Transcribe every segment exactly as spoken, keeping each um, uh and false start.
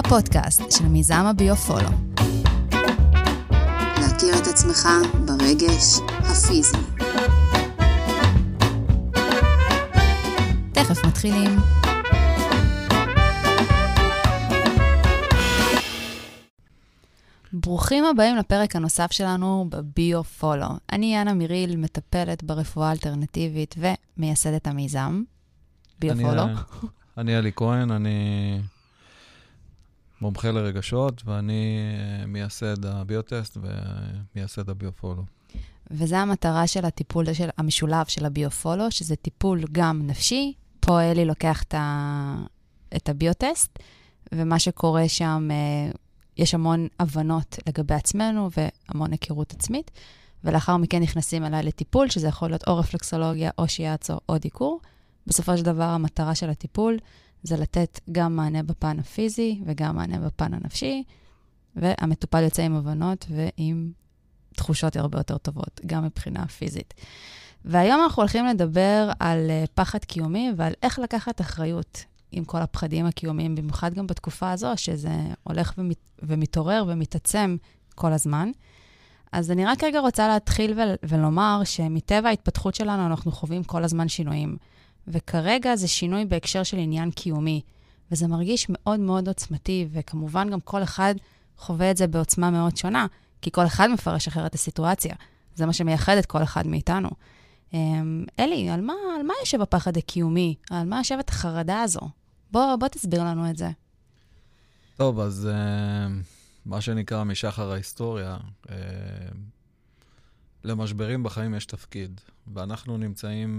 הפודקאסט של מיזם הביופולו. להכיר את עצמך ברגש הפיזי. תכף מתחילים. ברוכים הבאים לפרק הנוסף שלנו בביופולו. אני יאנה מיריל, מטפלת ברפואה אלטרנטיבית ומייסדת המיזם ביופולו. אני, אני אלי כהן, אני מומחה לרגשות, ואני מייסד הביוטסט ומייסד הביופולו. וזה המטרה של הטיפול של המשולב של הביופולו, שזה טיפול גם נפשי. פה אלי לוקח את, ה, את הביוטסט, ומה שקורה שם, יש המון הבנות לגבי עצמנו והמון היכרות עצמית, ולאחר מכן נכנסים אליי לטיפול, שזה יכול להיות או רפלקסולוגיה, או שיאצו, או דיקור. בסופו של דבר, המטרה של הטיפול זה לתת גם מענה בפן הפיזי וגם מענה בפן הנפשי, והמטופל יוצא עם הבנות ועם תחושות הרבה יותר טובות, גם מבחינה פיזית. והיום אנחנו הולכים לדבר על פחד קיומי ועל איך לקחת אחריות עם כל הפחדים הקיומיים, במיוחד גם בתקופה הזו, שזה הולך ומת, ומתעורר ומתעצם כל הזמן. אז אני רק רגע רוצה להתחיל ול, ולומר שמטבע ההתפתחות שלנו אנחנו חווים כל הזמן שינויים. וכרגע זה שינוי בהקשר של עניין קיומי, וזה מרגיש מאוד מאוד עוצמתי, וכמובן גם כל אחד חווה את זה בעוצמה מאוד שונה, כי כל אחד מפרש אחרת את הסיטואציה. זה מה שמייחד את כל אחד מאיתנו. אלי, על מה, על מה יושב הפחד הקיומי? על מה יושבת החרדה הזו? בוא, בוא תסביר לנו את זה. טוב, אז מה שנקרא משחר ההיסטוריה, למשברים בחיים יש תפקיד, ואנחנו נמצאים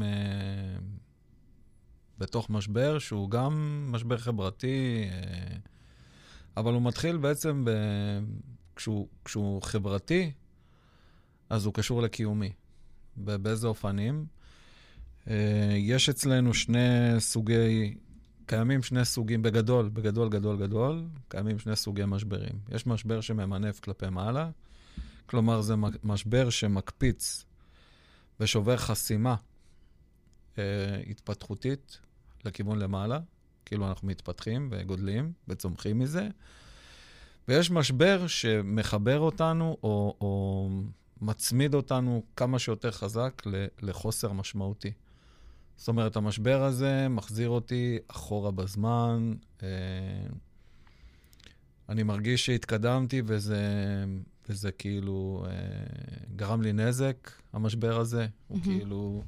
בתוך משבר שהוא גם משבר חברתי, אבל הוא מתחיל בעצם, ב... כשהוא, כשהוא חברתי, אז הוא קשור לקיומי. באיזה אופנים? יש אצלנו שני סוגי, קיימים שני סוגים, בגדול, בגדול, גדול, גדול, קיימים שני סוגי משברים. יש משבר שממנף כלפי מעלה, כלומר זה משבר שמקפיץ ושובר חסימה התפתחותית לכיוון למעלה, כאילו אנחנו מתפתחים וגודלים וצומחים מזה, ויש משבר שמחבר אותנו או, או מצמיד אותנו כמה שיותר חזק לחוסר משמעותי. זאת אומרת, המשבר הזה מחזיר אותי אחורה בזמן, אני מרגיש שהתקדמתי וזה, וזה כאילו גרם לי נזק, המשבר הזה, הוא כאילו...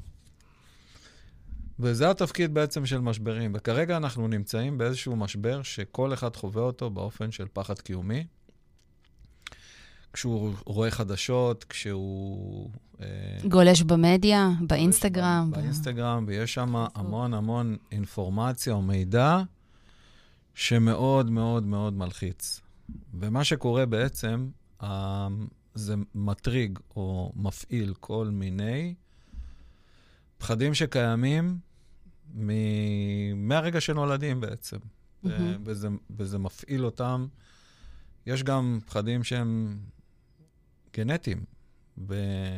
וזה התפקיד בעצם של משברים. וכרגע אנחנו נמצאים באיזשהו משבר שכל אחד חווה אותו באופן של פחד קיומי. כשהוא רואה חדשות, כשהוא... גולש במדיה, באינסטגרם. באינסטגרם, ויש שם המון המון אינפורמציה או מידע שמאוד מאוד מאוד מלחיץ. ומה שקורה בעצם, זה מטריג או מפעיל כל מיני פחדים שקיימים מ- מהרגע שנולדים בעצם. Mm-hmm. וזה, וזה מפעיל אותם. יש גם פחדים שהם גנטיים. ו...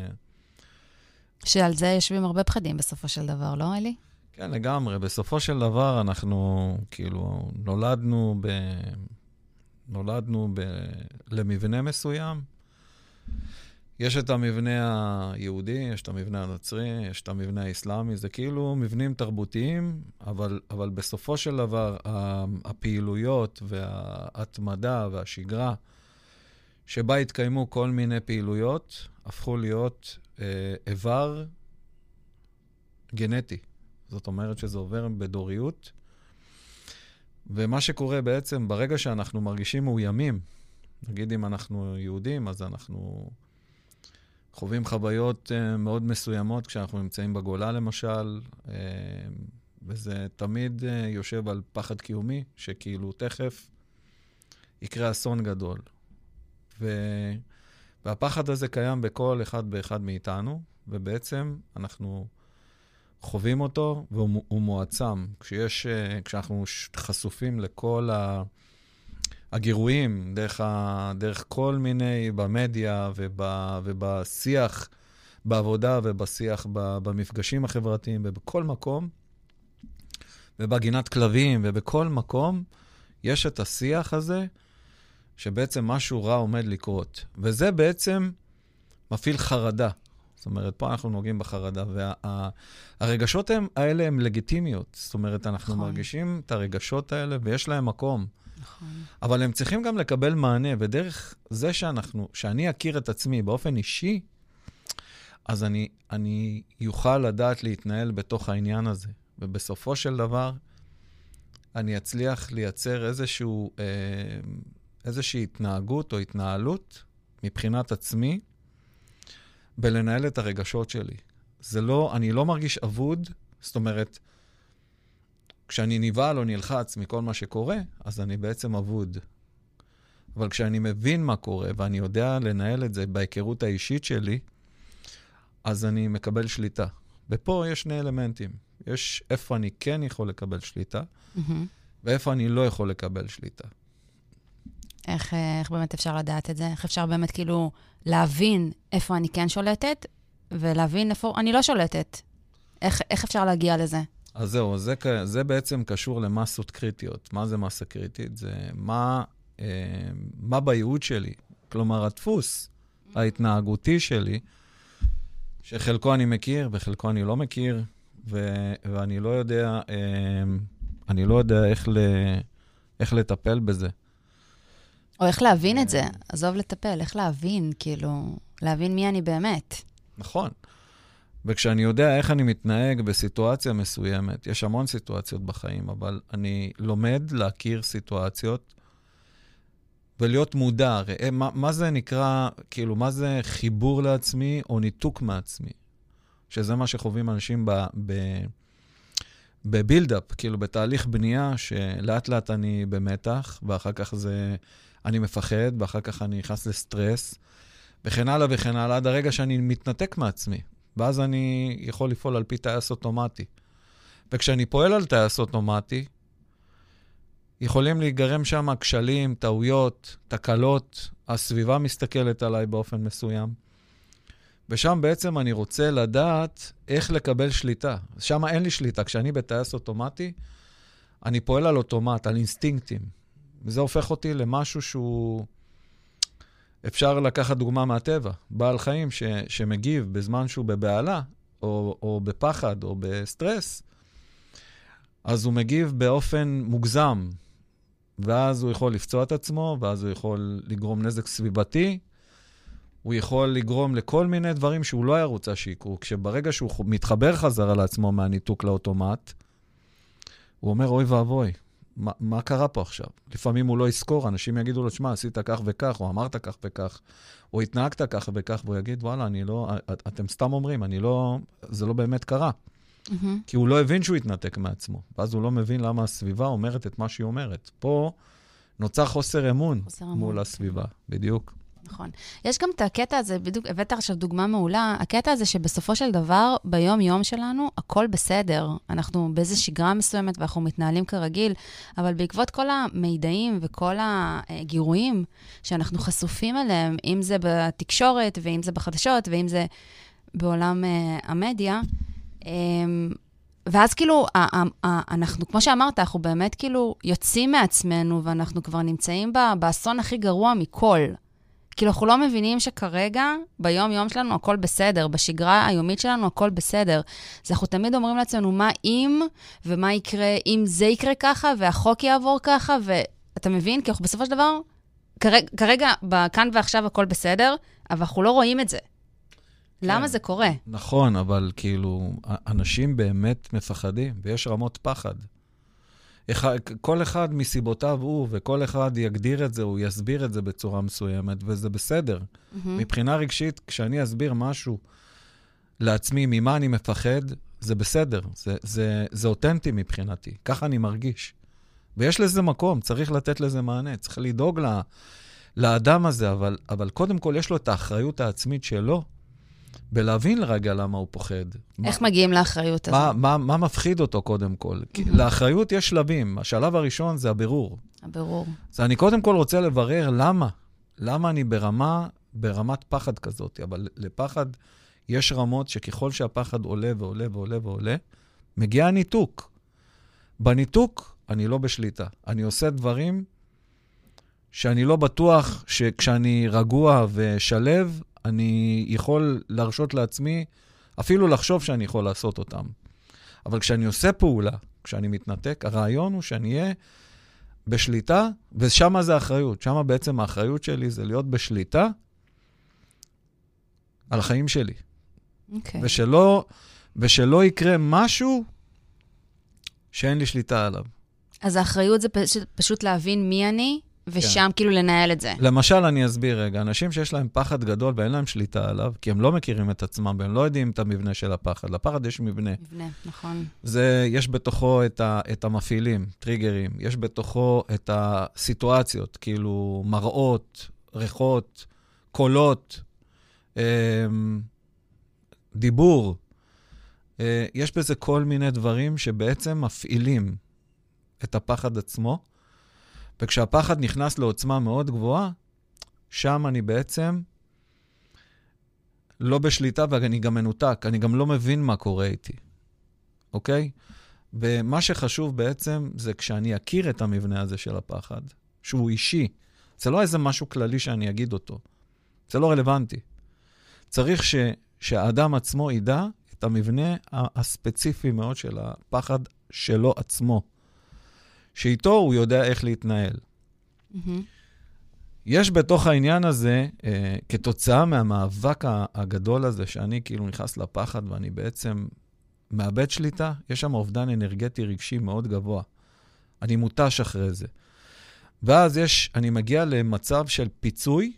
שעל זה יושבים הרבה פחדים בסופו של דבר, לא אלי? כן, לגמרי. בסופו של דבר אנחנו כאילו נולדנו ב... נולדנו ב... למבנה מסוים. יש את המבנה היהודי, יש את המבנה הנוצרי, יש את המבנה האסלאמי, זה כאילו מבנים תרבותיים, אבל, אבל בסופו של דבר, הפעילויות וההתמדה והשגרה, שבה התקיימו כל מיני פעילויות, הפכו להיות אה, איבר גנטי. זאת אומרת שזה עובר בדוריות, ומה שקורה בעצם, ברגע שאנחנו מרגישים מאוימים, נגיד אם אנחנו יהודים, אז אנחנו... חווים חוויות uh, מאוד מסוימות כשאנחנו נמצאים בגולה למשל, uh, וזה תמיד uh, יושב על פחד קיומי, שכאילו תכף יקרה אסון גדול. ו... והפחד הזה קיים בכל אחד ואחד מאיתנו, ובעצם אנחנו חווים אותו והוא מועצם. כשיש, uh, כשאנחנו חשופים לכל ה... הגירויים, דרך, ה, דרך כל מיני במדיה וב, ובשיח בעבודה ובשיח ב, במפגשים החברתיים ובכל מקום, ובגינת כלבים ובכל מקום, יש את השיח הזה, שבעצם משהו רע עומד לקרות. וזה בעצם מפעיל חרדה. זאת אומרת, פה אנחנו נוגעים בחרדה, והרגשות וה, האלה הן לגיטימיות. זאת אומרת, אנחנו נכון. מרגישים את הרגשות האלה, ויש להם מקום. נכון. אבל הם צריכים גם לקבל מענה, ודרך זה שאנחנו, שאני אכיר את עצמי באופן אישי, אז אני, אני יוכל לדעת להתנהל בתוך העניין הזה. ובסופו של דבר, אני אצליח לייצר איזשהו, אה, איזושהי התנהגות או התנהלות מבחינת עצמי, בלנהל את הרגשות שלי. זה לא, אני לא מרגיש אבוד, זאת אומרת, כשאני נבהל או נלחץ מכל מה שקורה, אז אני בעצם אבוד. אבל כשאני מבין מה קורה, ואני יודע לנהל את זה בהיכרות האישית שלי, אז אני מקבל שליטה. ופה יש שני אלמנטים. יש איפה אני כן יכול לקבל שליטה, mm-hmm. ואיפה אני לא יכול לקבל שליטה. איך, איך באמת אפשר לדעת את זה? איך אפשר באמת כאילו להבין איפה אני כן שולטת, ולהבין איפה אני לא שולטת? איך, איך אפשר להגיע לזה? אז זהו, זה, זה בעצם קשור למסות קריטיות. מה זה מסה קריטית? זה מה, אה, מה בייעוד שלי. כלומר, הדפוס ההתנהגותי שלי, שחלקו אני מכיר וחלקו אני לא מכיר, ו- ואני לא יודע, אה, אני לא יודע איך, ל- איך לטפל בזה. או איך להבין את זה. עזוב לטפל, איך להבין, כאילו, להבין מי אני באמת. נכון. וכשאני יודע איך אני מתנהג בסיטואציה מסוימת, יש המון סיטואציות בחיים, אבל אני לומד להכיר סיטואציות ולהיות מודע. הרי, מה, מה זה נקרא, כאילו, מה זה חיבור לעצמי או ניתוק מעצמי? שזה מה שחווים אנשים ב, ב, בבילדאפ, כאילו בתהליך בנייה, שלאט לאט אני במתח, ואחר כך זה, אני מפחד, ואחר כך אני נכנס לסטרס, וכן הלאה וכן הלאה, עד הרגע שאני מתנתק מעצמי. ואז אני יכול לפעול על פי טייס אוטומטי. וכשאני פועל על טייס אוטומטי, יכולים להיגרם שם כשלים, טעויות, תקלות, הסביבה מסתכלת עליי באופן מסוים. ושם בעצם אני רוצה לדעת איך לקבל שליטה. שם אין לי שליטה. כשאני בטייס אוטומטי, אני פועל על אוטומט, על אינסטינקטים. וזה הופך אותי למשהו שהוא... אפשר לקחת דוגמה מהטבע. בעל חיים ש... שמגיב בזמן שהוא בבעלה, או, או בפחד, או בסטרס, אז הוא מגיב באופן מוגזם. ואז הוא יכול לפצוע את עצמו, ואז הוא יכול לגרום נזק סביבתי, הוא יכול לגרום לכל מיני דברים שהוא לא היה רוצה שיקרו. כשברגע שהוא מתחבר חזרה לעצמו מהניתוק לאוטומט, הוא אומר, אוי ואבוי, מה, מה קרה פה עכשיו? לפעמים הוא לא יזכור, אנשים יגידו לו, שמה, עשית כך וכך, או אמרת כך וכך, או התנהגת כך וכך, והוא יגיד, וואלה, אני לא, את, אתם סתם אומרים, אני לא, זה לא באמת קרה. Mm-hmm. כי הוא לא הבין שהוא התנתק מעצמו, ואז הוא לא מבין למה הסביבה אומרת את מה שהיא אומרת. פה נוצר חוסר אמון חוסר מול אמון. הסביבה, בדיוק. נכון. יש גם את הקטע הזה, בדיוק הבאת עכשיו דוגמה מעולה, הקטע הזה שבסופו של דבר, ביום-יום שלנו, הכל בסדר. אנחנו באיזו שגרה מסוימת ואנחנו מתנהלים כרגיל, אבל בעקבות כל המידעים וכל הגירויים שאנחנו חשופים אליהם, אם זה בתקשורת ואם זה בחדשות ואם זה בעולם המדיה, ואז כאילו, אנחנו, כמו שאמרת, אנחנו באמת כאילו יוצאים מעצמנו ואנחנו כבר נמצאים באסון הכי גרוע מכל. כאילו, אנחנו לא מבינים שכרגע, ביום-יום שלנו, הכל בסדר. בשגרה היומית שלנו, הכל בסדר. אז אנחנו תמיד אומרים לעצמנו, מה אם, ומה יקרה, אם זה יקרה ככה, והחוק יעבור ככה, ואתה מבין? כי אנחנו בסופו של דבר, כרגע, כרגע כאן ועכשיו הכל בסדר, אבל אנחנו לא רואים את זה. כן. למה זה קורה? נכון, אבל כאילו, אנשים באמת מפחדים, ויש רמות פחד. כל אחד מסיבותיו הוא, וכל אחד יגדיר את זה, הוא יסביר את זה בצורה מסוימת, וזה בסדר. Mm-hmm. מבחינה רגשית, כשאני אסביר משהו לעצמי, ממה אני מפחד, זה בסדר. זה, זה, זה אותנטי מבחינתי. ככה אני מרגיש. ויש לזה מקום, צריך לתת לזה מענה, צריך לדאוג לה, לאדם הזה, אבל, אבל קודם כל יש לו את האחריות העצמית שלו, בלהבין לרגע למה הוא פוחד. איך מה, מגיעים לאחריות הזאת? מה, מה, מה מפחיד אותו קודם כל? כי לאחריות יש שלבים. השלב הראשון זה הבירור. הבירור. אז אני קודם כל רוצה לברר למה. למה אני ברמה, ברמת פחד כזאת. אבל לפחד יש רמות שככל שהפחד עולה ועולה ועולה ועולה, מגיע הניתוק. בניתוק אני לא בשליטה. אני עושה דברים שאני לא בטוח שכשאני רגוע ושלב, אני יכול להרשות לעצמי, אפילו לחשוב שאני יכול לעשות אותם. אבל כשאני עושה פעולה, כשאני מתנתק, הרעיון הוא שאני אהיה בשליטה, ושם זה האחריות. שם בעצם האחריות שלי זה להיות בשליטה על החיים שלי. Okay. ושלא, ושלא יקרה משהו שאין לי שליטה עליו. אז האחריות זה פשוט, פשוט להבין מי אני, ושם כן. כאילו לנהל את זה. למשל, אני אסביר רגע, אנשים שיש להם פחד גדול ואין להם שליטה עליו, כי הם לא מכירים את עצמם, והם לא יודעים את המבנה של הפחד. לפחד יש מבנה. מבנה, נכון. זה, יש בתוכו את, ה, את המפעילים, טריגרים, יש בתוכו את הסיטואציות, כאילו מראות, ריחות, קולות, אה, דיבור. אה, יש בזה כל מיני דברים שבעצם מפעילים את הפחד עצמו, וכשהפחד נכנס לעוצמה מאוד גבוהה, שם אני בעצם לא בשליטה, ואני גם מנותק, אני גם לא מבין מה קורה איתי, אוקיי? ומה שחשוב בעצם זה כשאני אכיר את המבנה הזה של הפחד, שהוא אישי, זה לא איזה משהו כללי שאני אגיד אותו, זה לא רלוונטי. צריך ש, שהאדם עצמו ידע את המבנה הספציפי מאוד של הפחד שלו עצמו, שאיתו הוא יודע איך להתנהל. Mm-hmm. יש בתוך העניין הזה, אה, כתוצאה מהמאבק הגדול הזה, שאני כאילו נכנס לפחד ואני בעצם מאבד שליטה, יש שם אובדן אנרגטי רגשי מאוד גבוה. אני מוטש אחרי זה. ואז יש, אני מגיע למצב של פיצוי,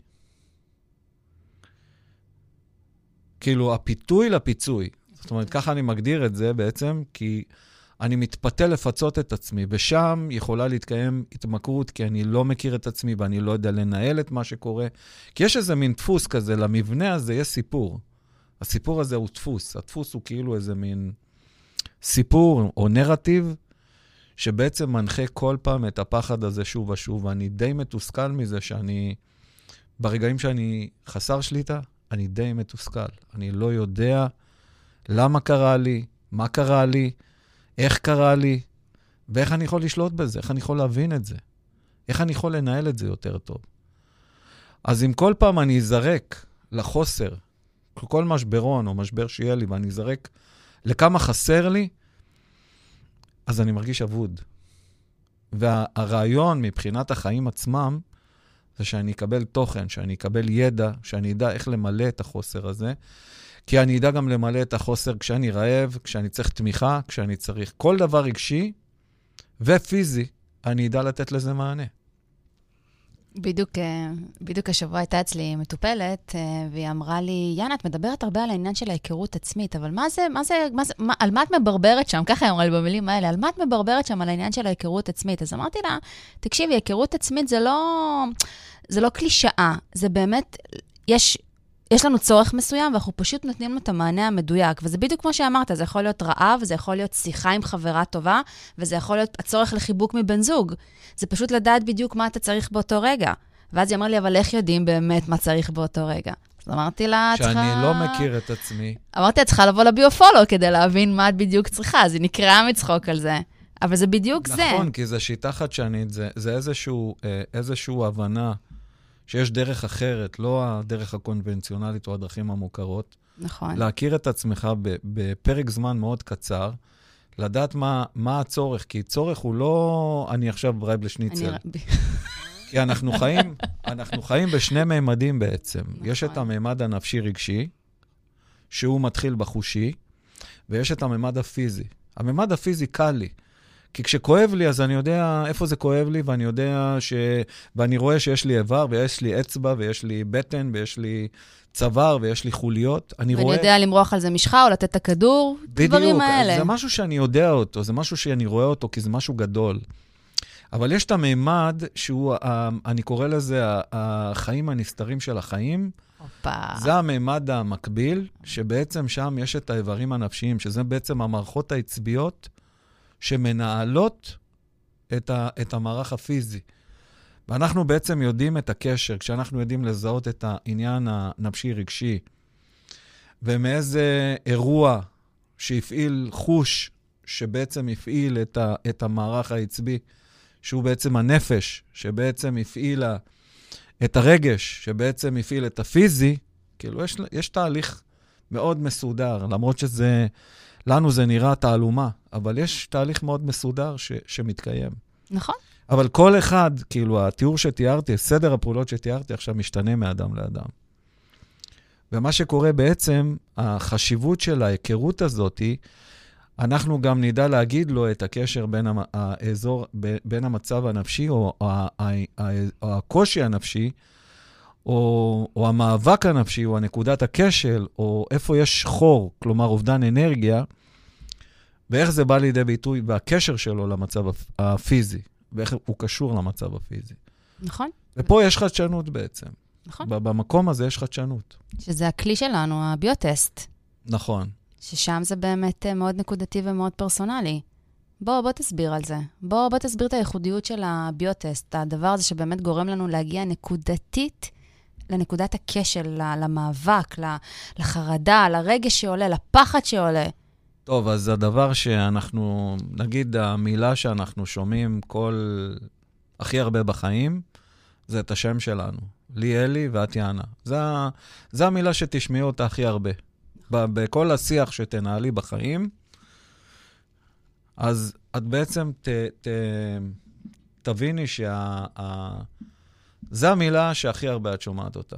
כאילו הפיתוי לפיצוי. זאת אומרת, ככה אני מגדיר את זה בעצם, כי אני מתפתה לפצות את עצמי, ושם יכולה להתקיים התמכרות, כי אני לא מכיר את עצמי, ואני לא יודע לנהל את מה שקורה. כי יש איזה מין דפוס כזה, למבנה הזה יש סיפור. הסיפור הזה הוא דפוס. הדפוס הוא כאילו איזה מין סיפור או נרטיב, שבעצם מנחה כל פעם את הפחד הזה שוב ושוב, ואני די מתוסכל מזה שאני, ברגעים שאני חסר שליטה, אני די מתוסכל. אני לא יודע למה קרה לי, מה קרה לי, איך קרה לי, ואיך אני יכול לשלוט בזה, איך אני יכול להבין את זה, איך אני יכול לנהל את זה יותר טוב. אז אם כל פעם אני אזרק לחוסר, כל משברון או משבר שיהיה לי, ואני אזרק לכמה חסר לי, אז אני מרגיש אבוד. והרעיון מבחינת החיים עצמם, זה שאני אקבל תוכן, שאני אקבל ידע, שאני אדע איך למלא את החוסר הזה, כי אני אדע גם למלא את החוסר כשאני רעב, כשאני צריך תמיכה, כשאני צריך כל דבר רגשי ופיזי, אני אדע לתת לזה מענה. בדיוק, בדיוק השבוע הייתה אצלי מטופלת, והיא אמרה לי, יאנה, את מדברת הרבה על העניין של ההיכרות עצמית, אבל מה זה, מה זה, מה זה, מה, על מה את מברברת שם? ככה היא אמרה לי במילים האלה, על מה את מברברת שם על העניין של ההיכרות עצמית? אז אמרתי לה, תקשיבי, ההיכרות עצמית זה לא, זה לא קלישאה, זה באמת, יש... יש לנו צורך מסוים, ואנחנו פשוט נותנים לו את המענה המדויק, וזה בדיוק כמו שאמרת, זה יכול להיות רעב, זה יכול להיות שיחה עם חברה טובה, וזה יכול להיות הצורך לחיבוק מבן זוג. זה פשוט לדעת בדיוק מה אתה צריך באותו רגע. ואז היא אמרה לי, אבל איך יודעים באמת מה צריך באותו רגע? אז אמרתי לה, צריכה... שאני לא מכיר את עצמי. אמרתי, את צריכה לבוא לביופולו כדי להבין מה את בדיוק צריכה, אז היא נקראה מצחוק על זה. אבל זה בדיוק נכון, זה. נכון, כי זה שיטה חדשנית, זה, זה איזשהו, איזשהו הבנה שיש דרך אחרת, לא הדרך הקונבנציונלית או הדרכים המוכרות. נכון. להכיר את עצמך בפרק זמן מאוד קצר, לדעת מה, מה הצורך, כי צורך הוא לא, אני עכשיו רעב לשניצל. אני... כי אנחנו חיים, אנחנו חיים בשני מימדים בעצם. נכון. יש את המימד הנפשי-רגשי, שהוא מתחיל בחושי, ויש את המימד הפיזי. המימד הפיזי קל לי. כי כשכואב לי, אז אני יודע איפה זה כואב לי, ואני יודע ש... ואני רואה שיש לי איבר, ויש לי אצבע, ויש לי בטן, ויש לי צוואר, ויש לי חוליות. אני ואני רואה... יודע למרוח על זה משחה, או לתת את הכדור, דברים האלה. בדיוק, זה משהו שאני יודע אותו, זה משהו שאני רואה אותו, כי זה משהו גדול. אבל יש את המימד, שהוא, אני קורא לזה, החיים הנסתרים של החיים. אופה. זה המימד המקביל, שבעצם שם יש את האיברים הנפשיים, שזה בעצם המערכות העצביות, שמנהלות את, ה, את המערך הפיזי. ואנחנו בעצם יודעים את הקשר, כשאנחנו יודעים לזהות את העניין הנפשי-רגשי, ומאיזה אירוע שהפעיל חוש שבעצם הפעיל את, ה, את המערך העצבי, שהוא בעצם הנפש, שבעצם הפעילה את הרגש, שבעצם הפעיל את הפיזי, כאילו יש, יש תהליך מאוד מסודר, למרות שזה, לנו זה נראה תעלומה, אבל יש תהליך מאוד מסודר ש, שמתקיים. נכון. אבל כל אחד, כאילו, התיאור שתיארתי, סדר הפעולות שתיארתי, עכשיו משתנה מאדם לאדם. ומה שקורה בעצם, החשיבות של ההיכרות הזאת היא, אנחנו גם נדע להגיד לו את הקשר בין האזור, בין המצב הנפשי, או, או, או הקושי הנפשי, או, או המאבק הנפשי, או הנקודת הכשל, או איפה יש חור, כלומר אובדן אנרגיה, ואיך זה בא לידי ביטוי, והקשר שלו למצב הפיזי, ואיך הוא קשור למצב הפיזי. נכון. ופה יש חדשנות בעצם. נכון. במקום הזה יש חדשנות. שזה הכלי שלנו, הביוטסט. נכון. ששם זה באמת מאוד נקודתי ומאוד פרסונלי. בוא, בוא תסביר על זה. בוא, בוא תסביר את הייחודיות של הביוטסט, הדבר הזה שבאמת גורם לנו להגיע נקודתית לנקודת הכשל, למאבק, לחרדה, לרגש שעולה, לפחד שעולה. טוב, אז הדבר שאנחנו, נגיד המילה שאנחנו שומעים כל, הכי הרבה בחיים, זה את השם שלנו. לי אלי ואת יאנה. זה, זה המילה שתשמעו אותה הכי הרבה. בכל השיח שתנהלי בחיים, אז את בעצם ת, ת, תביני שה, ה, זה המילה שהכי הרבה את שומעת אותה.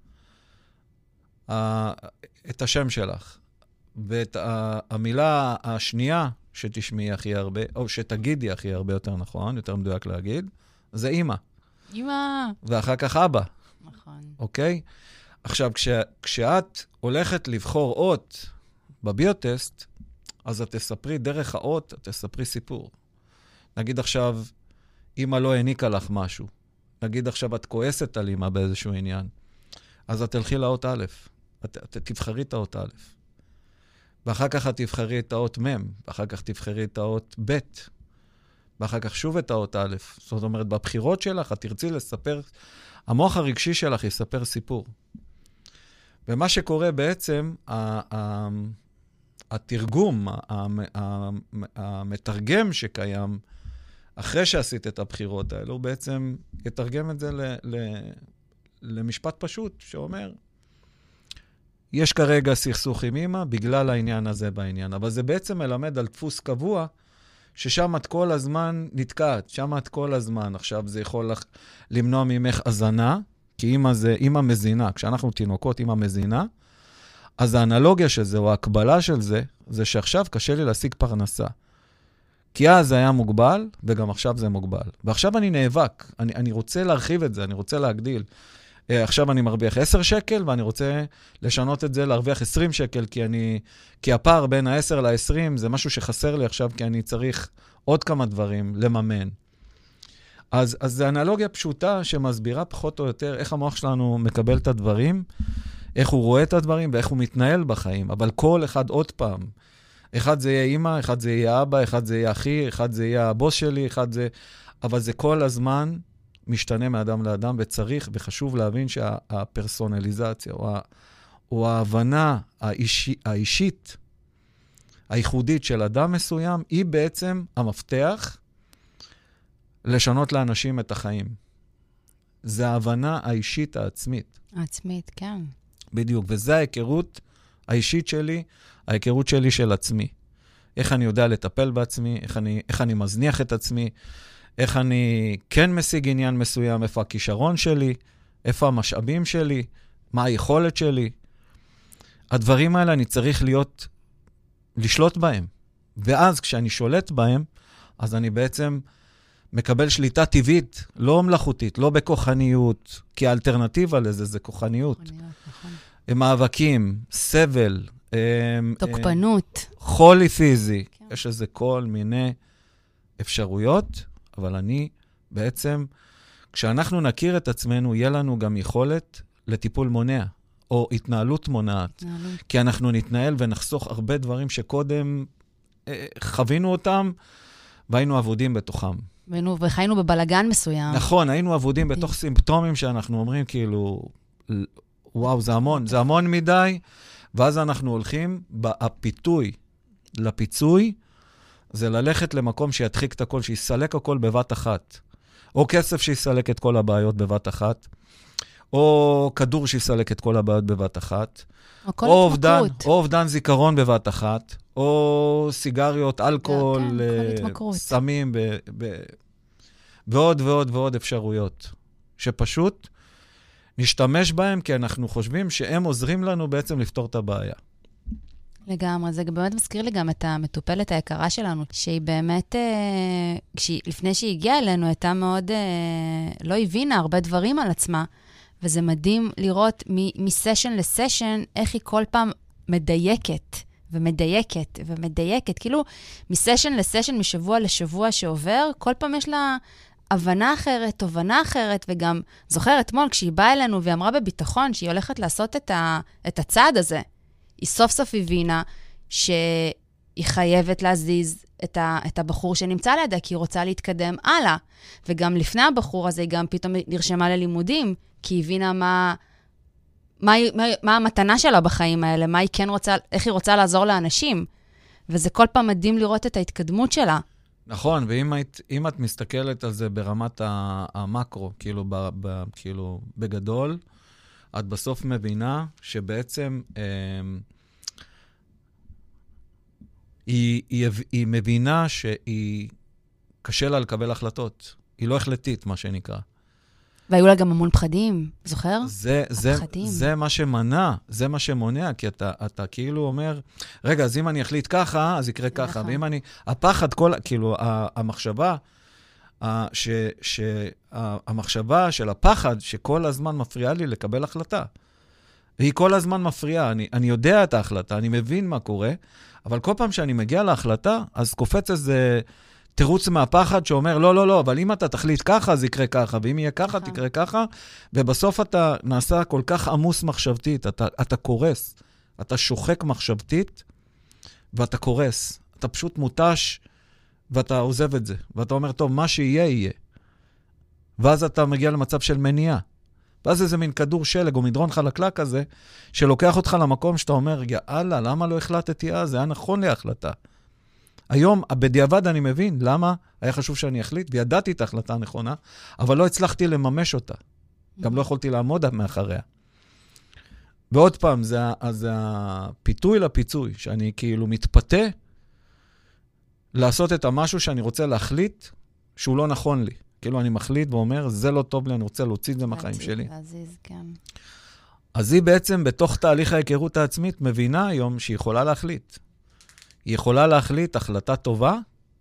ה, את השם שלך. ואת ה, המילה השנייה שתשמעי הכי הרבה, או שתגידי הכי הרבה, יותר נכון, יותר מדויק להגיד, זה אמא. אמא. ואחר כך אבא. נכון. אוקיי? עכשיו, כש, כשאת הולכת לבחור אות בביוטסט, אז את תספרי דרך האות, את תספרי סיפור. נגיד עכשיו, אמא לא העניקה לך משהו. נגיד עכשיו, את כועסת על אמא באיזשהו עניין. אז את תלכי לאות א', את, את תבחרי את האות א'. ואחר כך את תבחרי את האות מ', ואחר כך תבחרי את האות ב', ואחר כך שוב את האות א'. זאת אומרת, בבחירות שלך, את תרצי לספר, המוח הרגשי שלך יספר סיפור. ומה שקורה בעצם, התרגום, המתרגם שקיים, אחרי שעשית את הבחירות האלה, הוא בעצם יתרגם את זה למשפט פשוט, שאומר, יש כרגע סכסוך עם אמא, בגלל העניין הזה בעניין. אבל זה בעצם מלמד על דפוס קבוע, ששם את כל הזמן נתקעת, שם את כל הזמן. עכשיו זה יכול למנוע ממך הזנה, כי אמא זה, אמא מזינה. כשאנחנו תינוקות, אמא מזינה, אז האנלוגיה של זה, או ההקבלה של זה, זה שעכשיו קשה לי להשיג פרנסה. כי אז זה היה מוגבל, וגם עכשיו זה מוגבל. ועכשיו אני נאבק, אני, אני רוצה להרחיב את זה, אני רוצה להגדיל. עכשיו אני מרוויח עשר שקל, ואני רוצה לשנות את זה, להרוויח עשרים שקל, כי, אני, כי הפער בין ה-עשר ל-עשרים זה משהו שחסר לי עכשיו, כי אני צריך עוד כמה דברים לממן. אז, אז זה אנלוגיה פשוטה שמסבירה פחות או יותר איך המוח שלנו מקבל את הדברים, איך הוא רואה את הדברים ואיך הוא מתנהל בחיים. אבל כל אחד עוד פעם, אחד זה יהיה אמא, אחד זה יהיה אבא, אחד זה יהיה אחי, אחד זה יהיה הבוס שלי, אחד זה... אבל זה כל הזמן משתנה מאדם לאדם, וצריך וחשוב להבין שהפרסונליזציה, או, ה, או ההבנה האישי, האישית, הייחודית של אדם מסוים, היא בעצם המפתח לשנות לאנשים את החיים. זה ההבנה האישית העצמית. העצמית, כן. בדיוק, וזה ההיכרות האישית שלי, ההיכרות שלי של עצמי. איך אני יודע לטפל בעצמי, איך אני, איך אני מזניח את עצמי, איך אני כן משיג עניין מסוים, איפה הכישרון שלי, איפה המשאבים שלי, מה היכולת שלי. הדברים האלה אני צריך להיות, לשלוט בהם. ואז כשאני שולט בהם, אז אני בעצם מקבל שליטה טבעית, לא מלאכותית, לא בכוחניות, כי האלטרנטיבה לזה זה כוחניות. כוחניות, נכון. מאבקים, סבל, תוקפנות. חולי פיזי. כן. יש לזה כל מיני אפשרויות, אבל אני בעצם, כשאנחנו נכיר את עצמנו, יהיה לנו גם יכולת לטיפול מונע, או התנהלות מונעת. התנהלות. כי אנחנו נתנהל ונחסוך הרבה דברים שקודם אה, חווינו אותם, והיינו עבודים בתוכם. והיינו, וחיינו בבלגן מסוים. נכון, היינו עבודים בתוך סימפטומים שאנחנו אומרים כאילו, וואו, זה המון, זה המון מדי, ואז אנחנו הולכים בפיתוי לפיצוי, זה ללכת למקום שידחיק את הכל, שיסלק הכל בבת אחת. או כסף שיסלק את כל הבעיות בבת אחת, או כדור שיסלק את כל הבעיות בבת אחת, או כל או אובדן, התמכרות. או אובדן זיכרון בבת אחת, או סיגריות, אלכוהול, כן, כל אה, התמכרות. סמים, ב, ב, ועוד ועוד ועוד אפשרויות, שפשוט נשתמש בהם, כי אנחנו חושבים שהם עוזרים לנו בעצם לפתור את הבעיה. לגמרי, זה באמת מזכיר לי גם את המטופלת היקרה שלנו, שהיא באמת, אה, כשהיא, לפני שהיא הגיעה אלינו, הייתה מאוד, אה, לא הבינה הרבה דברים על עצמה, וזה מדהים לראות מ- מסשן לסשן, איך היא כל פעם מדייקת, ומדייקת, ומדייקת. כאילו, מסשן לסשן, משבוע לשבוע שעובר, כל פעם יש לה הבנה אחרת, תובנה אחרת, וגם, זוכר אתמול, כשהיא באה אלינו והיא אמרה בביטחון, שהיא הולכת לעשות את, ה- את הצעד הזה, היא סוף סוף הבינה שהיא חייבת להזיז את, ה, את הבחור שנמצא לידה, כי היא רוצה להתקדם הלאה. וגם לפני הבחור הזה, היא גם פתאום נרשמה ללימודים, כי היא הבינה מה, מה, מה, מה המתנה שלה בחיים האלה, מה היא כן רוצה, איך היא רוצה לעזור לאנשים. וזה כל פעם מדהים לראות את ההתקדמות שלה. נכון, ואם את, אם את מסתכלת על זה ברמת המקרו, כאילו, ב, ב, כאילו בגדול, את בסוף מבינה שבעצם אה, היא, היא, היא מבינה שהיא קשה לה לקבל החלטות. היא לא החלטית, מה שנקרא. והיו לה גם המון פחדים, זוכר? זה, זה, זה מה שמנע, זה מה שמונע, כי אתה, אתה כאילו אומר, רגע, אז אם אני אחליט ככה, אז יקרה ככה. ואם אני, הפחד, כל, כאילו, המחשבה, ש, ש, המחשבה של הפחד שכל הזמן מפריעה לי לקבל החלטה. והיא כל הזמן מפריעה. אני, אני יודע את ההחלטה, אני מבין מה קורה, אבל כל פעם שאני מגיע להחלטה, אז קופץ איזה תירוץ מהפחד שאומר, לא, לא, לא, אבל אם אתה תחליט ככה, אז יקרה ככה, ואם יהיה ככה, תקרה ככה, ובסוף אתה נעשה כל כך עמוס מחשבתית, אתה, אתה קורס, אתה שוחק מחשבתית, ואתה קורס. אתה פשוט מוטש, ואתה עוזב את זה. ואתה אומר, טוב, מה שיהיה, יהיה. ואז אתה מגיע למצב של מניעה. ואז איזה מין כדור שלג או מדרון חלקלק כזה, שלוקח אותך למקום שאתה אומר, יאללה, למה לא החלטתי אז? זה היה נכון להחלטה. היום, בדיעבד אני מבין למה היה חשוב שאני אחליט, וידעתי את ההחלטה הנכונה, אבל לא הצלחתי לממש אותה. גם לא יכולתי לעמוד מאחריה. ועוד פעם, זה, זה הפיתוי לפיצוי, שאני כאילו מתפתה לעשות את המשהו שאני רוצה להחליט, שהוא לא נכון לי. כאילו אני מחליט ואומר, זה לא טוב לי, אני רוצה להוציא את זה מהחיים שלי. להזיז, כן. אז היא בעצם בתוך תהליך ההיכרות העצמית מבינה היום שהיא יכולה להחליט. היא יכולה להחליט החלטה טובה,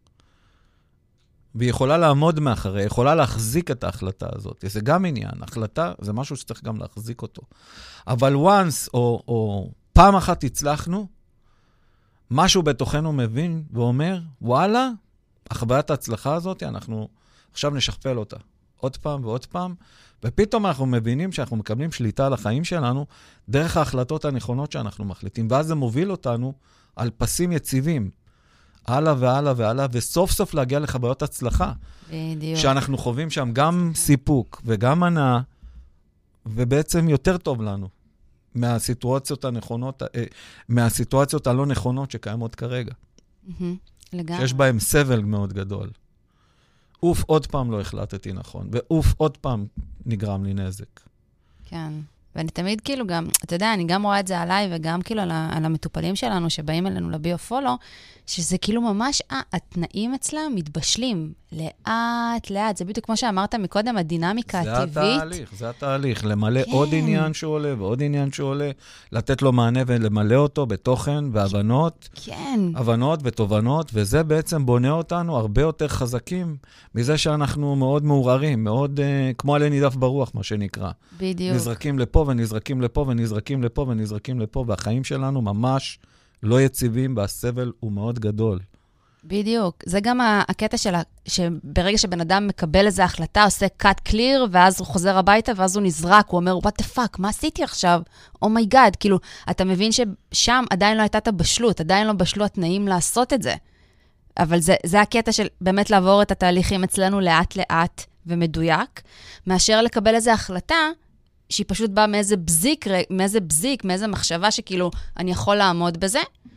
והיא יכולה לעמוד מאחריה, היא יכולה להחזיק את ההחלטה הזאת. זה גם עניין, החלטה זה משהו שצריך גם להחזיק אותו. אבל once או, או פעם אחת הצלחנו, משהו בתוכנו מבין ואומר, וואלה, החוויית ההצלחה הזאת, אנחנו עכשיו נשכפל אותה. עוד פעם ועוד פעם, ופתאום אנחנו מבינים שאנחנו מקבלים שליטה על החיים שלנו, דרך ההחלטות הנכונות שאנחנו מחליטים, ואז זה מוביל אותנו על פסים יציבים, הלאה והלאה והלאה, וסוף סוף להגיע לחוויות הצלחה. בדיוק. שאנחנו חווים שם גם סיפוק וגם הנאה, ובעצם יותר טוב לנו מהסיטואציות הנכונות, מהסיטואציות הלא נכונות שקיימות כרגע. לגמרי. שיש בהם סבל מאוד גדול. אוף, עוד פעם לא החלטתי נכון, ואוף, עוד פעם נגרם לי נזק. כן. ואני תמיד כאילו גם, אתה יודע, אני גם רואה את זה עליי, וגם כאילו על, על המטופלים שלנו שבאים אלינו לביו-פולו, שזה כאילו ממש, אה, התנאים אצלם מתבשלים, לאט, לאט. זה בדיוק כמו שאמרת מקודם, הדינמיקה הטבעית. זה התהליך, זה התהליך. למלא כן. עוד עניין שעולה ועוד עניין שעולה, לתת לו מענה ולמלא אותו בתוכן והבנות. כן. הבנות ותובנות, וזה בעצם בונה אותנו הרבה יותר חזקים, מזה שאנחנו מאוד מעוררים, מאוד uh, כמו עלי נידף ברוח, מה שנקרא. בדיוק. נזרקים לפה ונזרקים לפה ונזרקים לפה ונזרקים לפה, והחיים שלנו ממש לא יציבים, והסבל הוא מאוד גדול. בדיוק. זה גם הקטע שלה, שברגע שבן אדם מקבל איזו החלטה, עושה cut clear, ואז הוא חוזר הביתה, ואז הוא נזרק, הוא אומר, what the fuck, מה עשיתי עכשיו? Oh my God, כאילו, אתה מבין ששם עדיין לא הייתה את הבשלות, עדיין לא בשלו התנאים לעשות את זה. אבל זה, זה הקטע של באמת לעבור את התהליכים אצלנו לאט לאט ומדויק, מאשר לקבל איזו החלטה, שהיא פשוט באה מאיזה בזיק, מאיזה בזיק, מאיזה מחשבה שכאילו אני יכול לעמוד בזה,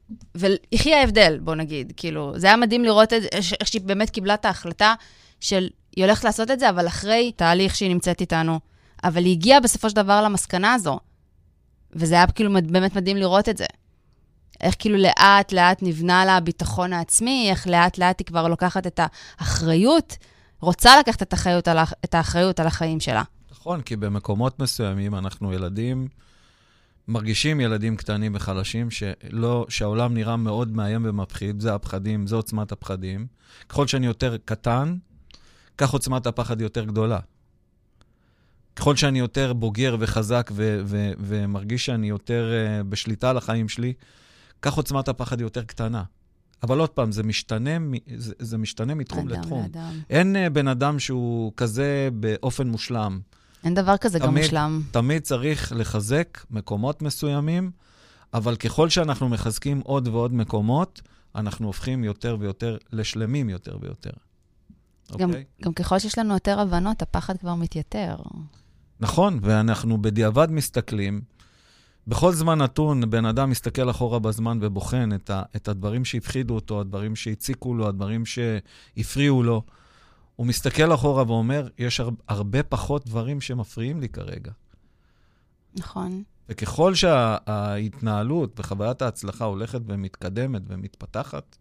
ויחי ההבדל, בוא נגיד, כאילו, זה היה מדהים לראות את, איך שהיא באמת קיבלה את ההחלטה של, היא הולכת לעשות את זה, אבל אחרי תהליך שהיא נמצאת איתנו, אבל היא הגיעה בסופו של דבר למסקנה הזו, וזה היה כאילו באמת מדהים לראות את זה. איך כאילו לאט לאט נבנה לה הביטחון העצמי, איך לאט לאט היא כבר לוקחת את האחריות, רוצה לקחת את האחריות על, את האחריות על החיים שלה. נכון, כי במקומות מסוימים אנחנו ילדים, מרגישים ילדים קטנים וחלשים, שלא, שהעולם נראה מאוד מאיים ומפחיד, זה הפחדים, זה עוצמת הפחדים. ככל שאני יותר קטן, כך עוצמת הפחד יותר גדולה. ככל שאני יותר בוגר וחזק ו- ו- ומרגיש שאני יותר uh, בשליטה על החיים שלי, כך עוצמת הפחד יותר קטנה. אבל עוד פעם, זה משתנה, זה, זה משתנה מתחום אדם לתחום. לאדם. אין uh, בן אדם שהוא כזה באופן מושלם. אין דבר כזה תמיד, גם מושלם. תמיד צריך לחזק מקומות מסוימים, אבל ככל שאנחנו מחזקים עוד ועוד מקומות, אנחנו הופכים יותר ויותר לשלמים יותר ויותר. גם, okay? גם ככל שיש לנו יותר הבנות, הפחד כבר מתייתר. נכון, ואנחנו בדיעבד מסתכלים, בכל זמן נתון, בן אדם מסתכל אחורה בזמן ובוחן את, ה, את הדברים שהפחידו אותו, הדברים שהציקו לו, הדברים שהפריעו לו. הוא מסתכל אחורה ואומר, יש הר, הרבה פחות דברים שמפריעים לי כרגע. נכון. וככל שההתנהלות וחוויית ההצלחה הולכת ומתקדמת ומתפתחת,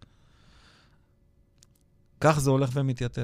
כך זה הולך ומתייתר.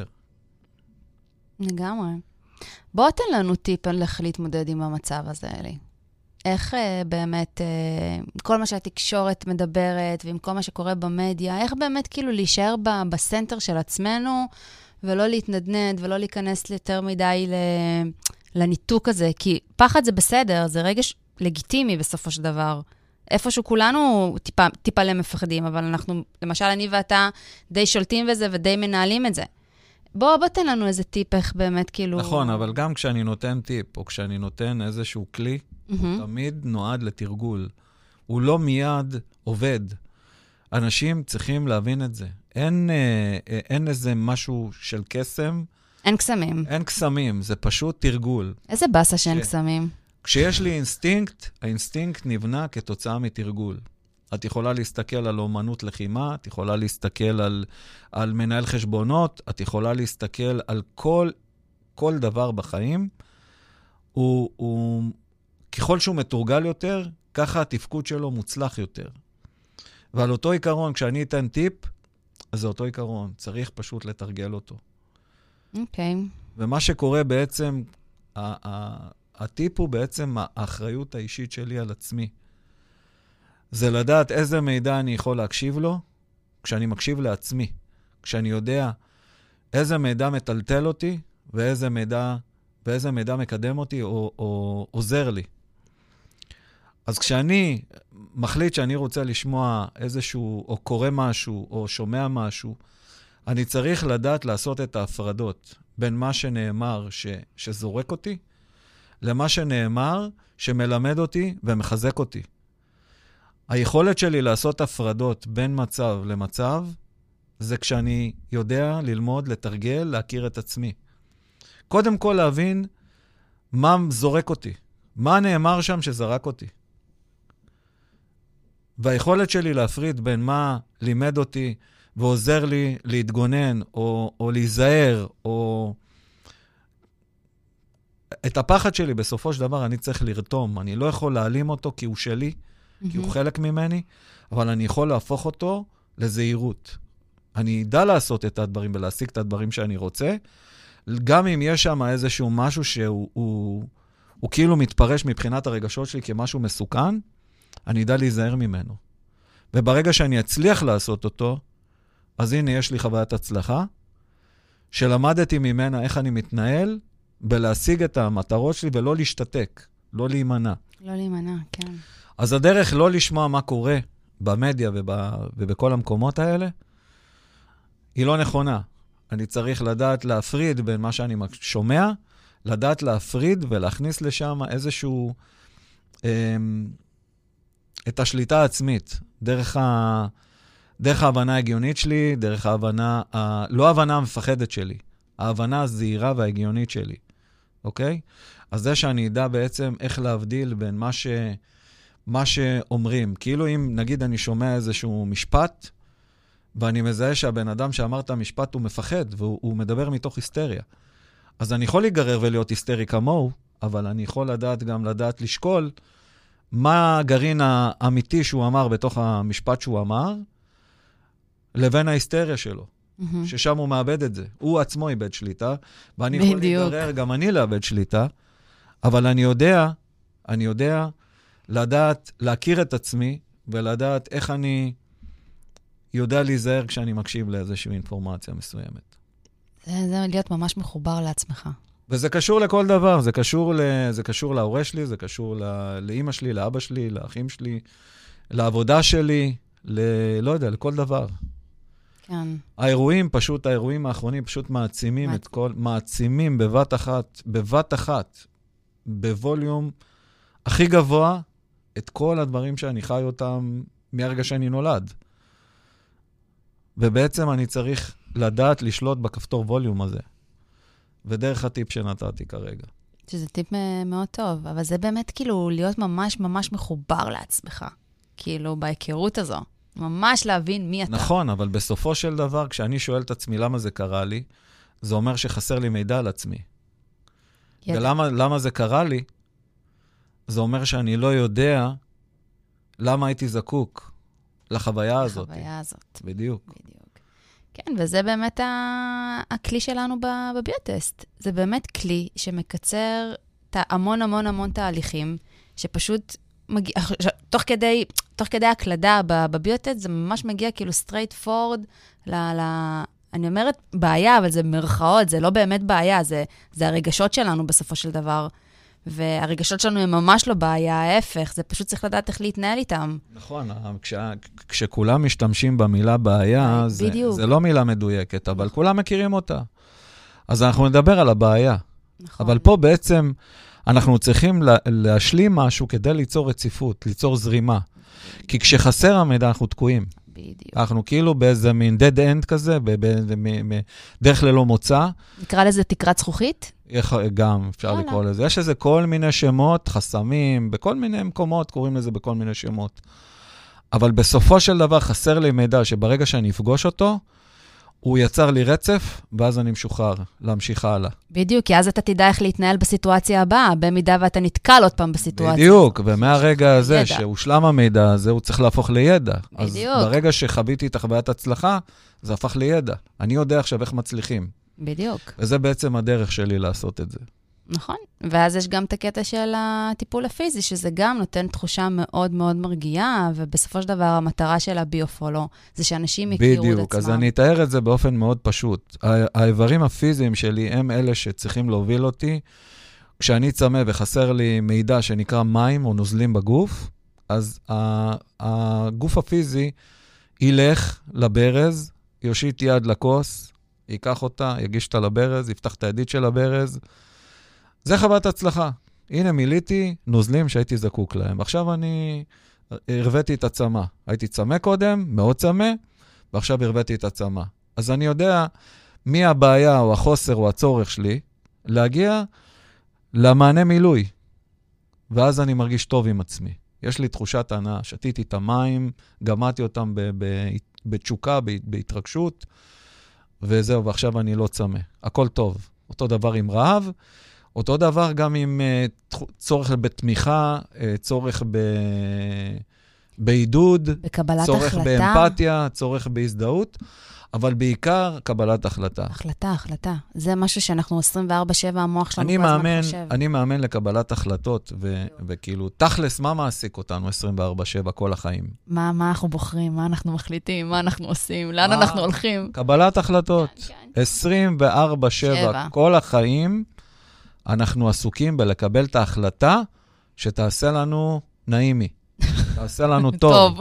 לגמרי. בוא תן לנו טיפ על איך להתמודד עם המצב הזה, אלי. איך אה, באמת, אה, כל מה שהתקשורת מדברת, ועם כל מה שקורה במדיה, איך באמת כאילו להישאר ב, בסנטר של עצמנו, ולא להתנדנד, ולא להיכנס יותר מדי ל, לניתוק הזה, כי פחד זה בסדר, זה רגש לגיטימי בסופו של דבר. איפשהו כולנו טיפה, טיפה למפחדים, אבל אנחנו, למשל אני ואתה די שולטים בזה ודי מנהלים את זה. בוא, בוא תן לנו איזה טיפ איך באמת כאילו... נכון, אבל גם כשאני נותן טיפ, או כשאני נותן איזשהו כלי, mm-hmm. הוא תמיד נועד לתרגול. הוא לא מיד עובד. אנשים צריכים להבין את זה. אין, אה, אין איזה משהו של קסם. אין קסמים. אין קסמים, זה פשוט תרגול. איזה בסה שאין קסמים. כשיש לי אינסטינקט, האינסטינקט נבנה כתוצאה מתרגול. את יכולה להסתכל על אומנות לחימה, את יכולה להסתכל על, על מנהל חשבונות, את יכולה להסתכל על כל, כל דבר בחיים. הוא, הוא, ככל שהוא מתורגל יותר, ככה התפקוד שלו מוצלח יותר. ועל אותו עיקרון, כשאני אתן טיפ, אז זה אותו עיקרון. צריך פשוט לתרגל אותו. אוקיי. Okay. ומה שקורה בעצם, ה- ה- הטיפ הוא בעצם האחריות האישית שלי על עצמי. זה לדעת איזה מידע אני יכול להקשיב לו, כשאני מקשיב לעצמי. כשאני יודע איזה מידע מטלטל אותי, ואיזה מידע, ואיזה מידע מקדם אותי או, או עוזר לי. אז כשאני מחליט שאני רוצה לשמוע איזשהו, או קורא משהו, או שומע משהו, אני צריך לדעת לעשות את ההפרדות בין מה שנאמר ש, שזורק אותי, למה שנאמר שמלמד אותי ומחזק אותי. היכולת שלי לעשות הפרדות בין מצב למצב, זה כשאני יודע ללמוד, לתרגל, להכיר את עצמי. קודם כל להבין מה זורק אותי, מה נאמר שם שזרק אותי. והיכולת שלי להפריד בין מה לימד אותי ועוזר לי להתגונן או, או להיזהר, או את הפחד שלי בסופו של דבר אני צריך לרתום. אני לא יכול להעלים אותו כי הוא שלי, mm-hmm. כי הוא חלק ממני, אבל אני יכול להפוך אותו לזהירות. אני אדע לעשות את הדברים ולהשיג את הדברים שאני רוצה, גם אם יש שם איזשהו משהו שהוא הוא, הוא כאילו מתפרש מבחינת הרגשות שלי כמשהו מסוכן, אני אדע להיזהר ממנו. וברגע שאני אצליח לעשות אותו, אז הנה יש לי חוויית הצלחה, שלמדתי ממנה איך אני מתנהל, בלהשיג את המטרות שלי ולא להשתתק, לא להימנע. לא להימנע, כן. אז הדרך לא לשמוע מה קורה במדיה וב, ובכל המקומות האלה, היא לא נכונה. אני צריך לדעת להפריד בין מה שאני שומע, לדעת להפריד ולהכניס לשם איזשהו, אה, את השליטה העצמית, דרך, ה, דרך ההבנה ההגיונית שלי, דרך ההבנה, ה, לא ההבנה המפחדת שלי, ההבנה הזהירה וההגיונית שלי, אוקיי? אז זה שאני אדע בעצם איך להבדיל בין מה, ש, מה שאומרים. כאילו אם, נגיד, אני שומע איזשהו משפט, ואני מזהה שהבן אדם שאמר את המשפט הוא מפחד, והוא מדבר מתוך היסטריה. אז אני יכול להיגרר ולהיות היסטרי כמוהו, אבל אני יכול לדעת גם לדעת לשקול מה הגרעין האמיתי שהוא אמר בתוך המשפט שהוא אמר, לבין ההיסטריה שלו, mm-hmm. ששם הוא מאבד את זה. הוא עצמו איבד שליטה, ואני בדיוק. יכול להיגרר גם אני לאבד שליטה, אבל אני יודע, אני יודע לדעת, להכיר את עצמי, ולדעת איך אני יודע להיזהר כשאני מקשיב לאיזושהי אינפורמציה מסוימת. זה, זה להיות ממש מחובר לעצמך. וזה קשור לכל דבר, זה קשור, ל, זה קשור להורה שלי, זה קשור לא, לאמא שלי, לאבא שלי, לאחים שלי, לעבודה שלי, ל, לא יודע, לכל דבר. כן. האירועים, פשוט, האירועים האחרונים פשוט מעצימים מעצ... את כל, מעצימים בבת אחת, בבת אחת, בווליום הכי גבוה, את כל הדברים שאני חי אותם מהרגע שאני נולד. ובעצם אני צריך לדעת לשלוט בכפתור ווליום הזה. ודרך הטיפ שנתתי כרגע. שזה טיפ מאוד טוב, אבל זה באמת כאילו להיות ממש ממש מחובר לעצמך. כאילו בהיכרות הזו. ממש להבין מי אתה. נכון, אבל בסופו של דבר, כשאני שואל את עצמי למה זה קרה לי, זה אומר שחסר לי מידע על עצמי. ידע. ולמה למה זה קרה לי? זה אומר שאני לא יודע למה הייתי זקוק לחוויה הזאת. לחוויה הזאת. בדיוק. בדיוק. כן, וזה באמת הכלי שלנו בביוטסט. זה באמת כלי שמקצר המון המון המון תהליכים, שפשוט מגיע, תוך כדי, תוך כדי הקלדה בביוטסט, זה ממש מגיע כאילו straight forward ל... ל אני אומרת בעיה, אבל זה מרכאות, זה לא באמת בעיה, זה, זה הרגשות שלנו בסופו של דבר. והרגשות שלנו הם ממש לא בעיה, ההפך, זה פשוט צריך לדעת איך להתנהל איתם. נכון, כש, כשכולם משתמשים במילה בעיה, זה, זה לא מילה מדויקת, אבל כולם מכירים אותה. אז אנחנו נדבר על הבעיה. נכון. אבל פה בעצם אנחנו צריכים לה, להשלים משהו כדי ליצור רציפות, ליצור זרימה. כי כשחסר המידע אנחנו תקועים. בדיוק. אנחנו כאילו באיזה מין dead end כזה, בדרך ללא מוצא. נקרא לזה תקרת זכוכית? גם, אפשר יאללה. לקרוא לזה. יש איזה כל מיני שמות, חסמים, בכל מיני מקומות קוראים לזה בכל מיני שמות. אבל בסופו של דבר חסר לי מידע שברגע שאני אפגוש אותו, הוא יצר לי רצף, ואז אני משוחרר להמשיך הלאה. בדיוק, כי אז אתה תדע איך להתנהל בסיטואציה הבאה, במידה ואתה נתקל עוד פעם בסיטואציה. בדיוק, ומהרגע הזה ידע. שהושלם המידע הזה, הוא צריך להפוך לידע. בדיוק. אז ברגע שחוויתי את החוויית הצלחה, זה הפך לידע. אני יודע עכשיו איך מצליחים. בדיוק. וזה בעצם הדרך שלי לעשות את זה. נכון, ואז יש גם את הקטע של הטיפול הפיזי, שזה גם נותן תחושה מאוד מאוד מרגיעה, ובסופו של דבר המטרה של הביופולו, זה שאנשים יכירו את עצמם. בדיוק, אז אני אתאר את זה באופן מאוד פשוט. האיברים הפיזיים שלי הם אלה שצריכים להוביל אותי. כשאני צמא וחסר לי מידע שנקרא מים או נוזלים בגוף, אז הגוף הפיזי ילך לברז, יושיט יד לכוס, ייקח אותה, יגיש אותה לברז, יפתח את הידית של הברז, זה חוות הצלחה. הנה מיליתי נוזלים שהייתי זקוק להם. עכשיו אני הרוויתי את הצמא. הייתי צמא קודם, מאוד צמא, ועכשיו הרוויתי את הצמא. אז אני יודע מי הבעיה או החוסר או הצורך שלי להגיע למענה מילוי. ואז אני מרגיש טוב עם עצמי. יש לי תחושת הנאה, שתיתי את המים, גמעתי אותם בתשוקה, בהתרגשות, וזהו, ועכשיו אני לא צמא. הכל טוב. אותו דבר עם רעב, אותו דבר גם עם uh, צורך בתמיכה, uh, צורך ב... בעידוד, צורך החלטה. באמפתיה, צורך בהזדהות, אבל בעיקר קבלת החלטה. החלטה, החלטה. זה משהו שאנחנו עשרים וארבע שבע, המוח שלנו כל הזמן חושב. אני מאמן לקבלת החלטות, ו- וכאילו, תכלס, מה מעסיק אותנו עשרים וארבע שבע כל החיים? מה, מה אנחנו בוחרים, מה אנחנו מחליטים, מה אנחנו עושים, לאן מה? אנחנו הולכים? קבלת החלטות. כן, כן. עשרים וארבע שבע כל החיים, אנחנו עסוקים בלקבל את ההחלטה שתעשה לנו נעימי. תעשה לנו טוב.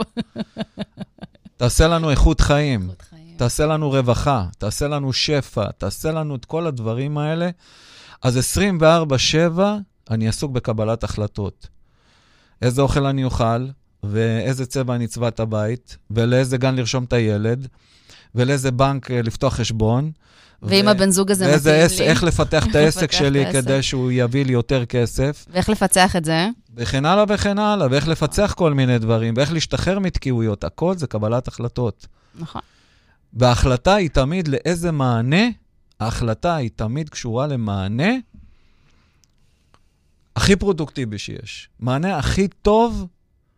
תעשה לנו איכות חיים. איכות חיים. תעשה לנו רווחה. תעשה לנו שפע. תעשה לנו את כל הדברים האלה. אז עשרים וארבע שבע אני עסוק בקבלת החלטות. איזה אוכל אני אוכל, ואיזה צבע אני אצבע את הבית, ולאיזה גן לרשום את הילד, ולאיזה בנק לפתוח חשבון, ואם הבן זוג הזה מתאים לי. איך לפתח את העסק שלי כדי שהוא יביא לי יותר כסף. ואיך לפצח את זה? וכן הלאה וכן הלאה, ואיך לפצח כל מיני דברים, ואיך להשתחרר מתקיעויות. הכל זה קבלת החלטות. נכון. וההחלטה היא תמיד לאיזה מענה, ההחלטה היא תמיד קשורה למענה הכי פרודוקטיבי שיש. מענה הכי טוב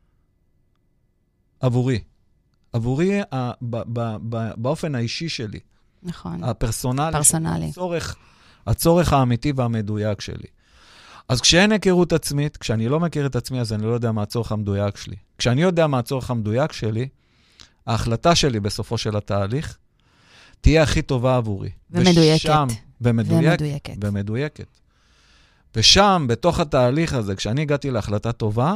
עבורי. עבורי ב- ב- ב- באופן האישי שלי. נכון. הפרסונלי. פרסונלי. הצורך, הצורך האמיתי והמדויק שלי. אז כשאין היכרות עצמית, כשאני לא מכיר את עצמי, אז אני לא יודע מה הצורך המדויק שלי. כשאני יודע מה הצורך המדויק שלי, ההחלטה שלי בסופו של התהליך, תהיה הכי טובה עבורי. ומדויקת. ושם, ומדויק, ומדויקת. ומדויקת. ושם, בתוך התהליך הזה, כשאני הגעתי להחלטה טובה,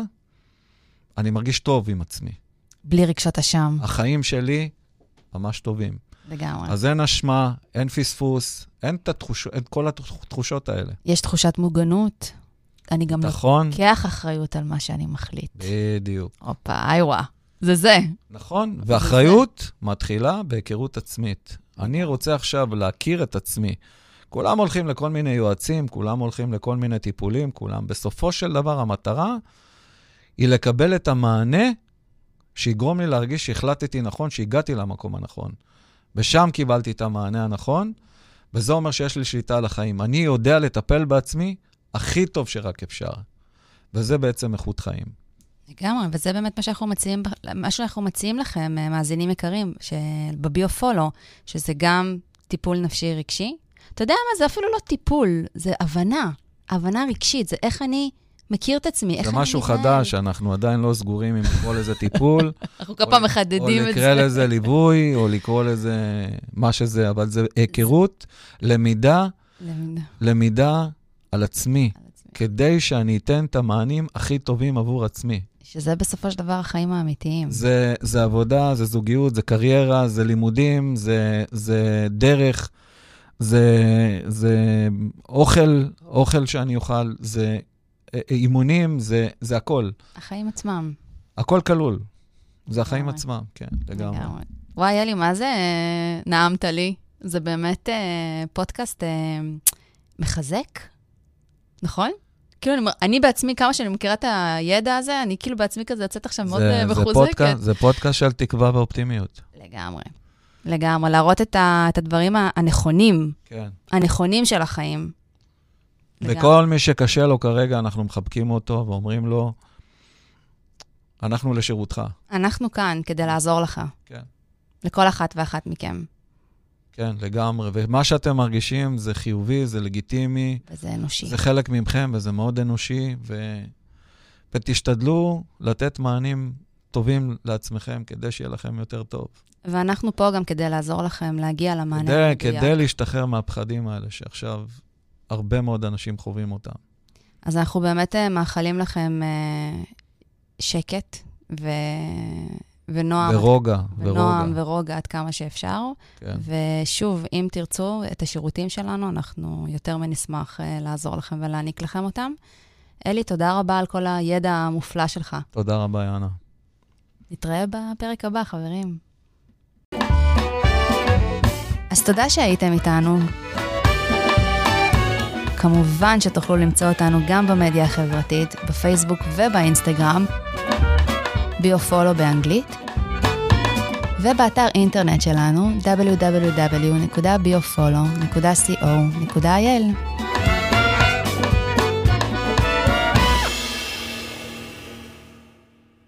אני מרגיש טוב עם עצמי. בלי רגשות אשם. החיים שלי ממש טובים. לגמרי. אז אין אשמה, אין פספוס, אין את התחוש... אין כל התחושות האלה. יש תחושת מוגנות. אני גם נכון. לוקח אחריות על מה שאני מחליט. בדיוק. הופה, איווה. זה זה. נכון, ואחריות מתחילה בהיכרות עצמית. אני רוצה עכשיו להכיר את עצמי. כולם הולכים לכל מיני יועצים, כולם הולכים לכל מיני טיפולים, כולם. בסופו של דבר, המטרה היא לקבל את המענה שיגרום לי להרגיש שהחלטתי נכון, שהגעתי למקום הנכון. ושם קיבלתי את המענה הנכון, וזה אומר שיש לי שליטה על החיים. אני יודע לטפל בעצמי הכי טוב שרק אפשר. וזה בעצם איכות חיים. לגמרי, וזה באמת מה שאנחנו מציעים, מה שאנחנו מציעים לכם, מאזינים יקרים, בביו-פולו, שזה גם טיפול נפשי רגשי. אתה יודע מה? זה אפילו לא טיפול, זה הבנה. הבנה רגשית, זה איך אני מכיר את עצמי, איך אני מתנהל. זה משהו חדש, אנחנו עדיין לא סגורים אם לקרוא לזה טיפול. אנחנו כל פעם מחדדים את זה. או לקרוא לזה ליווי, או לקרוא לזה מה שזה, אבל זה היכרות, למידה, למידה על עצמי, כדי שאני אתן את המענים הכי טובים עבור עצמי. שזה בסופו של דבר החיים האמיתיים. זה, זה עבודה, זה זוגיות, זה קריירה, זה לימודים, זה, זה דרך, זה, זה אוכל, אוכל שאני אוכל, זה אימונים, זה, זה הכל. החיים עצמם. הכל כלול. זה החיים עצמם, כן, לגמרי. וואי, אלי, מה זה נעמת לי? זה באמת פודקאסט מחזק, נכון? כאילו, אני, אני בעצמי, כמה שאני מכירה את הידע הזה, אני כאילו בעצמי כזה יוצאת עכשיו מאוד זה, מחוזקת. זה פודקאסט, זה פודקאסט של תקווה ואופטימיות. לגמרי. לגמרי. להראות את, ה, את הדברים הנכונים. כן. הנכונים של החיים. וכל מי שקשה לו כרגע, אנחנו מחבקים אותו ואומרים לו, אנחנו לשירותך. אנחנו כאן כדי לעזור לך. כן. לכל אחת ואחת מכם. כן, לגמרי. ומה שאתם מרגישים זה חיובי, זה לגיטימי. וזה אנושי. זה חלק ממכם, וזה מאוד אנושי. ו... ותשתדלו לתת מענים טובים לעצמכם, כדי שיהיה לכם יותר טוב. ואנחנו פה גם כדי לעזור לכם להגיע למענה. כדי, כדי להשתחרר מהפחדים האלה, שעכשיו הרבה מאוד אנשים חווים אותם. אז אנחנו באמת מאחלים לכם שקט ו... ונועם. ורוגע. ונועם ורוגע עד כמה שאפשר. כן. ושוב, אם תרצו את השירותים שלנו, אנחנו יותר מנשמח לעזור לכם ולהעניק לכם אותם. אלי, תודה רבה על כל הידע המופלא שלך. תודה רבה, יאנה. נתראה בפרק הבא, חברים. אז תודה שהייתם איתנו. כמובן שתוכלו למצוא אותנו גם במדיה החברתית, בפייסבוק ובאינסטגרם, ביו-פולו באנגלית, ובאתר אינטרנט שלנו, דאבליו דאבליו דאבליו נקודה ביו פולו נקודה סי או נקודה איי אל.